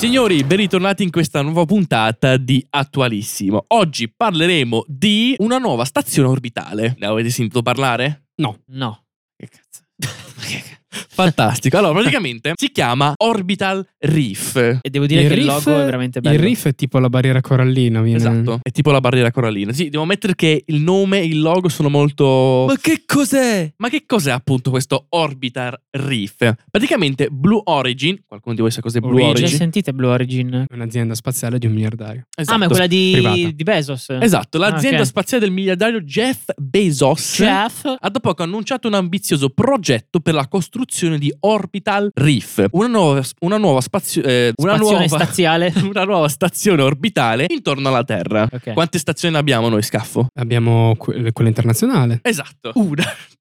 Signori, ben ritornati in questa nuova puntata di Attualissimo. Oggi parleremo di una nuova stazione orbitale. Ne avete sentito parlare? No. Che cazzo? Fantastico. Allora, praticamente si chiama Orbital Reef. E devo dire che il logo è veramente bello. Il reef è tipo la barriera corallina. Esatto, è tipo la barriera corallina. Sì, devo ammettere che il nome e il logo sono molto... Ma che cos'è? Ma che cos'è appunto questo Orbital Reef? Praticamente Blue Origin, qualcuno di voi sa cos'è Blue Origin. Origin? Già sentite Blue Origin? È un'azienda spaziale di un miliardario. Esatto. Ah, ma è quella privata. di Bezos. Esatto, l'azienda ok. spaziale del miliardario Jeff Bezos Chef. ha da poco annunciato un ambizioso progetto per la costruzione di Orbital Reef, una nuova Spazione spaziale. una nuova stazione orbitale intorno alla Terra. Ok. Quante stazioni abbiamo noi, Scaffo? Abbiamo quella internazionale. Esatto, una.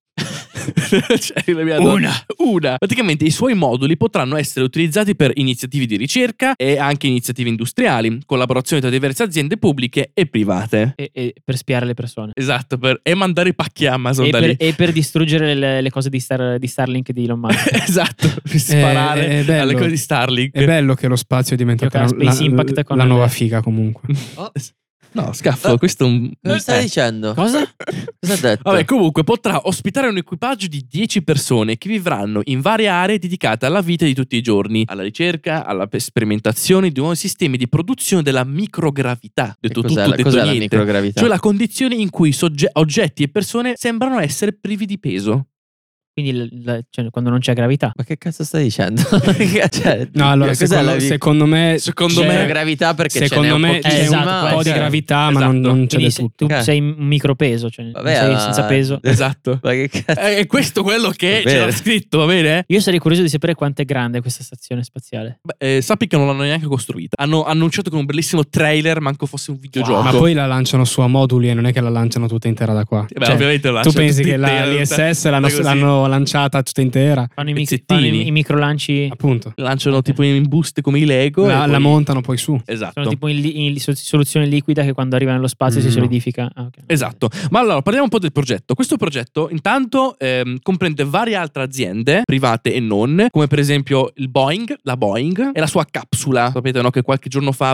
Una. Praticamente i suoi moduli potranno essere utilizzati per iniziative di ricerca e anche iniziative industriali, collaborazioni tra diverse aziende pubbliche e private. E per spiare le persone. Esatto, e mandare i pacchi Amazon da lì. E per distruggere le cose di Starlink di Elon Musk. Esatto, per sparare è bello. alle cose di Starlink. È bello che lo spazio è diventato Gioca a Space Impact con la le- nuova figa comunque. No, Scaffo, questo è un... Cosa stai dicendo? Cosa? Cosa ha detto? Vabbè, comunque potrà ospitare un equipaggio di 10 persone che vivranno in varie aree dedicate alla vita di tutti i giorni, alla ricerca, alla sperimentazione di nuovi sistemi di produzione della microgravità. Detto Che cos'è tutto, la- detto cos'è la niente. microgravità? Cioè la condizione in cui oggetti e persone sembrano essere privi di peso. Quindi cioè, quando non c'è gravità. Ma che cazzo stai dicendo? Cioè, No, allora cos'è la secondo me Secondo c'è me- la gravità perché secondo ce n'è me un c'è pochissima, esatto, un po' di cioè, gravità, ma esatto. non c'è Quindi del se tutto. tu Ok. sei un micropeso, cioè Vabbè, sei ma- senza peso. Esatto. Ma che cazzo? È questo quello che È vero. c'era scritto, va bene? Io sarei curioso di sapere quanto è grande questa stazione spaziale. Beh, sappi che non l'hanno neanche costruita. Hanno annunciato con un bellissimo trailer, manco fosse un videogioco. Ma poi la lanciano su a moduli e non è che la lanciano tutta intera da qua. Beh, Cioè, ovviamente la tu lasciano pensi tutta che intera, l'ISS così. l'hanno lanciata tutta intera? Fanno Pezzettini. i microlanci. Appunto. Lanciano tipo in buste come i Lego. La e poi- montano poi su. Esatto. Sono tipo in soluzione liquida che quando arriva nello spazio si No. solidifica. Ah, ok. Esatto, ma allora parliamo un po' del progetto. Questo progetto intanto comprende varie altre aziende, private e non, come per esempio la Boeing e la sua capsula. Sapete, no, che qualche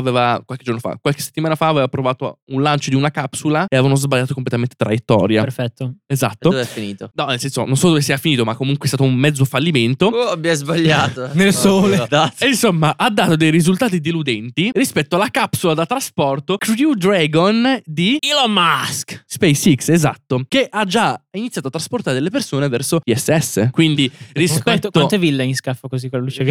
settimana fa aveva provato un lancio di una capsula e avevano sbagliato completamente traiettoria. Perfetto. Esatto. Dove è finito? No, nel senso, non so dove sia finito, ma comunque è stato un mezzo fallimento. Oh, abbiamo sbagliato. Nel sole. E insomma, ha dato dei risultati deludenti rispetto alla capsula da trasporto Crew Dragon di Elon Musk. SpaceX, esatto, che ha già iniziato a trasportare delle persone verso ISS. Quindi rispetto Quanto è villa in scaffo così con la luce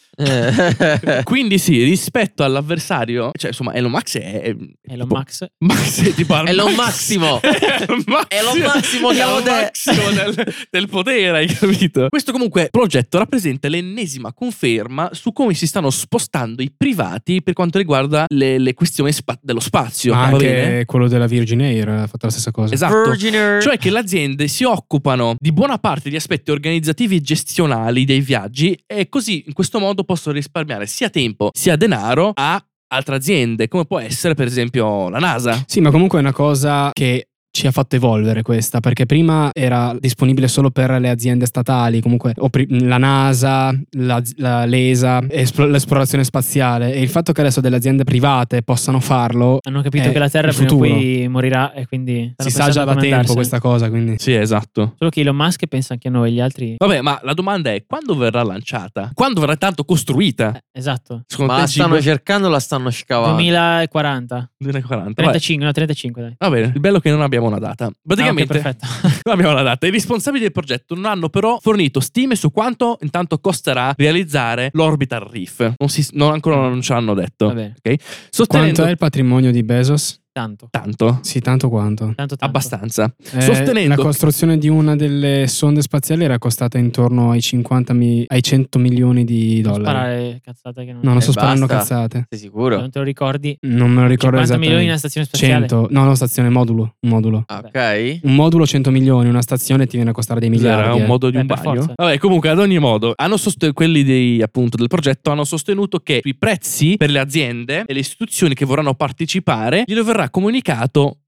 che quindi sì, rispetto all'avversario, cioè insomma Elon Musk è Elon tipo- Musk. Max è tipo al Elon massimo. Massimo. Elon Massimo che Elon avete- Massimo del potere, hai capito? Questo comunque progetto rappresenta l'ennesima conferma su come si stanno spostando i privati per quanto riguarda le questioni dello spazio. Ma va bene? anche quello della Virgin Air ha fatto la stessa cosa. Esatto. Virgin Air. Cioè che le aziende si occupano di buona parte di aspetti organizzativi e gestionali dei viaggi e così in questo modo possono risparmiare sia tempo sia denaro a altre aziende, come può essere per esempio la NASA. Sì, ma comunque è una cosa che ci ha fatto evolvere questa, perché prima era disponibile solo per le aziende statali, comunque la NASA, l'ESA, l'esplorazione spaziale, e il fatto che adesso delle aziende private possano farlo Hanno capito è che la Terra il prima o futuro. poi morirà e quindi Si stanno sa già pensando da come tempo andarsene. questa cosa, quindi Sì, esatto. Solo che Elon Musk pensa anche a noi, gli altri. Vabbè, ma la domanda è quando verrà lanciata? Quando verrà tanto costruita? Esatto. Secondo Ma te la stanno cercando o la stanno scavando? 2040. 2040? 35, no, 35 dai. Va bene, il bello è che non abbiamo una data. Praticamente Ah, ok, perfetto. non abbiamo una data. I responsabili del progetto non hanno però fornito stime su quanto intanto costerà realizzare l'Orbital Reef. Ancora non ce l'hanno detto. Va bene. Ok? Sostenendo quanto è il patrimonio di Bezos? Tanto. tanto. Sì, tanto quanto. Tanto. Abbastanza. La Sostenendo costruzione di una delle sonde spaziali era costata intorno ai 100 milioni di Non dollari. sparare cazzate che non. No, non sto sparando basta. cazzate. Sei sicuro? Non te lo ricordi? Non me lo ricordo 50 esattamente. milioni in una stazione spaziale. 100. No, stazione, modulo. Un modulo. Ah, ok. Un modulo 100 milioni, una stazione ti viene a costare dei miliardi. era un modo di un per bagno. forza. Vabbè, comunque, ad ogni modo, quelli appunto del progetto hanno sostenuto che i prezzi per le aziende e le istituzioni che vorranno partecipare gli verrà comunicato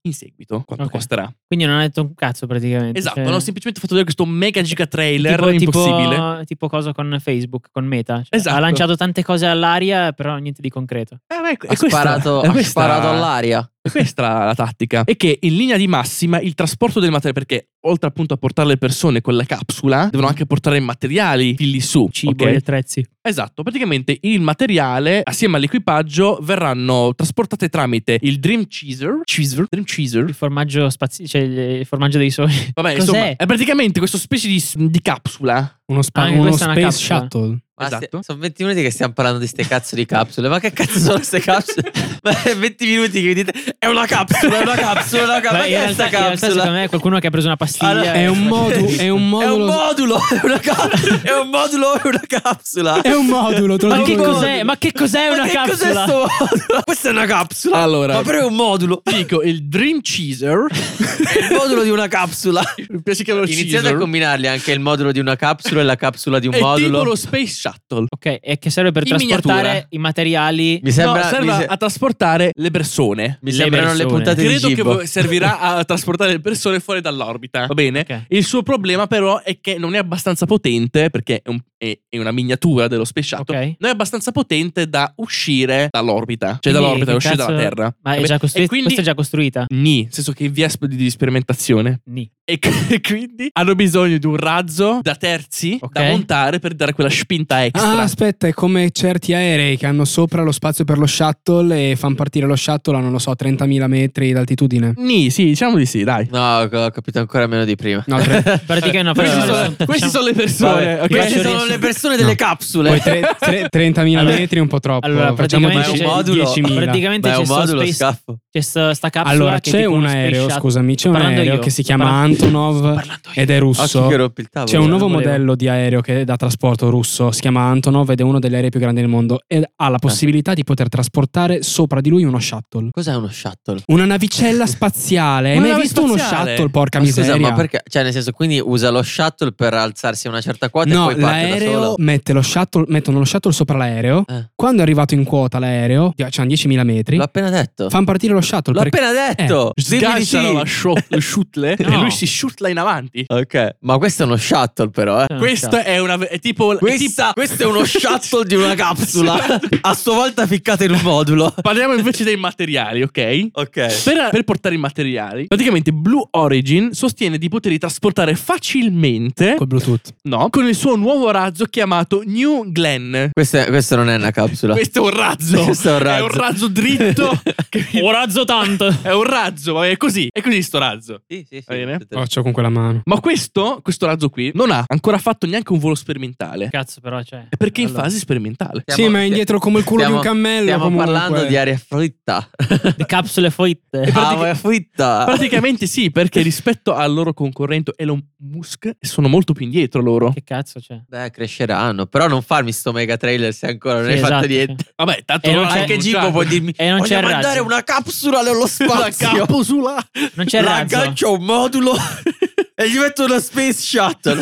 in seguito quanto Ok. costerà. Quindi non ha detto un cazzo praticamente. Esatto, Cioè, hanno semplicemente fatto vedere questo mega giga trailer tipo, impossibile. tipo cosa con Facebook, con Meta. Cioè, Esatto. ha lanciato tante cose all'aria, però niente di concreto. Ha sparato all'aria. E questa la tattica. E che in linea di massima il trasporto del materiale, perché oltre appunto a portare le persone con la capsula, devono anche portare i materiali fin lì su. Cibo, ok? gli attrezzi. Esatto, praticamente il materiale assieme all'equipaggio verranno trasportate tramite il Dream Cheeser. Il formaggio cioè il formaggio dei sogni. Vabbè, Cos'è? insomma, è praticamente questo specie di capsula. Uno, Anche uno questa è una space capsula. shuttle. Ma Esatto. sono 20 minuti che stiamo parlando di ste cazzo di capsule. Ma che cazzo sono queste capsule? Ma è 20 minuti che mi dite è una capsula, è una capsula, è una capsula. Beh, Ma che è sta in realtà secondo capsula? me è qualcuno che ha preso una pastiglia. Allora, È un modulo. È un modulo, è una capsula. È un modulo, è una capsula. È un modulo, te lo Ma dico che io. cos'è? Ma che cos'è una Ma che capsula? cos'è sto modulo? Questa è una capsula. Allora, Ma però è un modulo. dico il Dream Cheeser. È il modulo di una capsula. Mi piace chiamarlo Iniziate a Cheeser. combinarli anche il modulo di una capsula e la capsula di un È tipo modulo. lo Space Shuttle. Ok, e che serve per In trasportare miniatura. i materiali. Mi sembra, No, serve mi se- a trasportare le persone. mi le sembrano le persone. puntate di Credo cibo. che servirà a trasportare le persone fuori dall'orbita. Va bene? Ok. Il suo problema, però, è che non è abbastanza potente, perché è una miniatura dello Space Shuttle. Ok. Non è abbastanza potente da uscire dall'orbita. Cioè, Quindi dall'orbita, che uscire cazzo- dalla Terra. Ma è Vabbè, già e costruita? quindi, Questa è già costruita? Nì, nel senso che via di sperimentazione. Nì. E quindi hanno bisogno di un razzo da terzi Ok. da montare per dare quella spinta Ah, extra. aspetta, è come certi aerei che hanno sopra lo spazio per lo shuttle e fanno partire lo shuttle a, non lo so, 30.000 metri d'altitudine. Nì, sì, diciamo di sì, dai. No, ho capito ancora meno di prima. No, Praticamente una Questi parola. questi sono le persone. Vabbè, ok? queste faccio sono adesso- le persone delle No. capsule. poi 30.000 Allora- metri è un po' troppo. allora, Facciamo praticamente Ma è un 10 modulo. 10.000. Praticamente Ma è c'è un sto modulo space, scaffo. c'è sta capsula Allora, che è c'è tipo un uno space aereo, shuttle. scusami, c'è Sto un parlando aereo io, che si sto chiama parlando- Antonov parlando io. ed è russo. Occhio che rompi il tavolo. C'è un nuovo volevo. modello di aereo che è da trasporto russo, si chiama Antonov ed è uno degli aerei più grandi del mondo e ha la possibilità di poter trasportare sopra di lui uno shuttle. Cos'è uno shuttle? Una navicella spaziale. Hai Una mai nave visto uno spaziale? shuttle? Porca Ma scusa, miseria. ma perché? Cioè, nel senso, quindi usa lo shuttle per alzarsi a una certa quota No, e poi parte da l'aereo solo? mettono lo shuttle sopra l'aereo. Quando è arrivato in quota l'aereo, cioè 10.000 metri, L'ho appena detto. fanno partire lo shuttle. L'ho perché- appena detto. Dimmi di Sganciano sì. lo shuttle e No. lui si shutla in avanti. Ok, ma questo è uno shuttle però, eh. Questo è una è tipo Questo è uno shuttle di una capsula a sua volta ficcata in un modulo. Parliamo invece dei materiali, ok? Ok. Per portare i materiali, praticamente Blue Origin sostiene di poterli trasportare facilmente, Col Bluetooth. no, con il suo nuovo razzo chiamato New Glenn. Questo non è una capsula. Questo è un razzo. Questo è un razzo. È un razzo dritto. O razzo tanto. È un razzo, ma è così. È così sto razzo. Sì, sì, sì. Va bene? Oh, c'ho con quella mano. Ma questo razzo qui non ha ancora fatto neanche un volo sperimentale. Cazzo, però, cioè. È perché è in allora, fase sperimentale. Sì, ma è indietro come il culo di un cammello. Stiamo comunque. parlando di aria fritta. le capsule foitte. Aria fritta. Praticamente sì, perché rispetto al loro concorrente Elon Musk sono molto più indietro loro. Che cazzo c'è? Beh, cresceranno. Però non farmi sto mega trailer se ancora non Sì, hai fatto esatto, niente. Vabbè, tanto E non l'hanno c'è- Anche annunciato. Gimbo può dirmi E non voglio c'è il mandare razzo. una capsula nello La spazio. capsula. Non c'è il razzo. L'aggancio a un modulo e gli metto una space shuttle.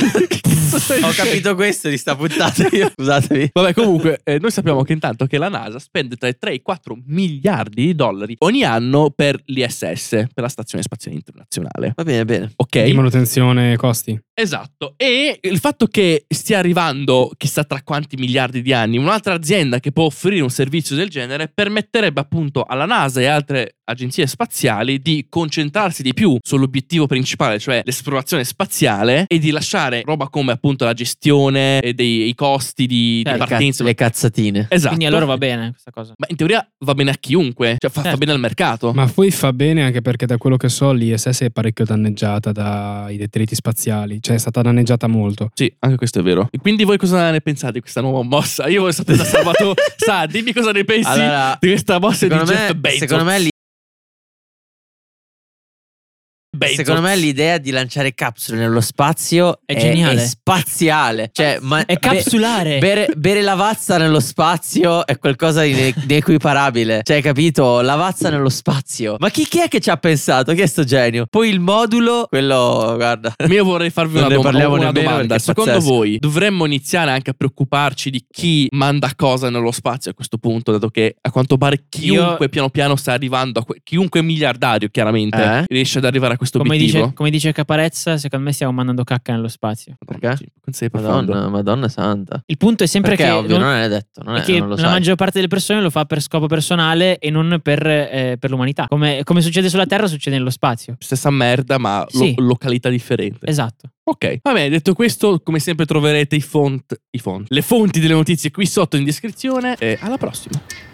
Ho capito questo di sta puntata io. Scusatemi. Vabbè, comunque, noi sappiamo che intanto che la NASA spende tra i 3 e i 4 miliardi di dollari ogni anno per l'ISS, per la Stazione Spaziale Internazionale. Va bene, bene. Ok? Di manutenzione e costi. Esatto. E il fatto che stia arrivando, chissà tra quanti miliardi di anni, un'altra azienda che può offrire un servizio del genere permetterebbe appunto alla NASA e altre agenzie spaziali di concentrarsi di più sull'obiettivo principale, cioè l'esplorazione spaziale, e di lasciare roba come appunto la gestione e dei costi di Certo. partenza. Le cazzatine. Esatto. Quindi allora va bene questa cosa. Ma in teoria va bene a chiunque, cioè fa Certo. bene al mercato. Ma poi fa bene anche perché da quello che so l'ISS è parecchio danneggiata dai detriti spaziali. Cioè è stata danneggiata molto. Sì, anche questo è vero. E quindi voi cosa ne pensate di questa nuova mossa? Io voi sapete da Salvatore. Sa, dimmi cosa ne pensi Allora, di questa mossa di Jeff Bezos. secondo me Bezos. Secondo me l'idea di lanciare capsule nello spazio È geniale. È spaziale. Cioè, È capsulare. Bere lavazza nello spazio è qualcosa di equiparabile. Cioè, hai capito? Lavazza nello spazio. Ma chi è che ci ha pensato? Chi è sto genio? Poi il modulo, quello, guarda. Io vorrei farvi Non una, ne parliamo una nemmeno domanda. perché è Secondo pazzesco. voi dovremmo iniziare anche a preoccuparci di chi manda cosa nello spazio a questo punto, dato che a quanto pare chiunque piano piano sta arrivando a chiunque miliardario chiaramente riesce ad arrivare a questo obiettivo. Come dice Caparezza, secondo me stiamo mandando cacca nello spazio. Perché? Sei profondo. Madonna santa. Il punto è sempre Perché che è ovvio, non è detto. Non è, che non lo la sai. maggior parte delle persone lo fa per scopo personale e non per l'umanità. Come succede sulla Terra, succede nello spazio. Stessa merda, ma Sì. località differente. Esatto. Ok, va bene, detto questo, come sempre troverete le fonti delle notizie qui sotto in descrizione e alla prossima.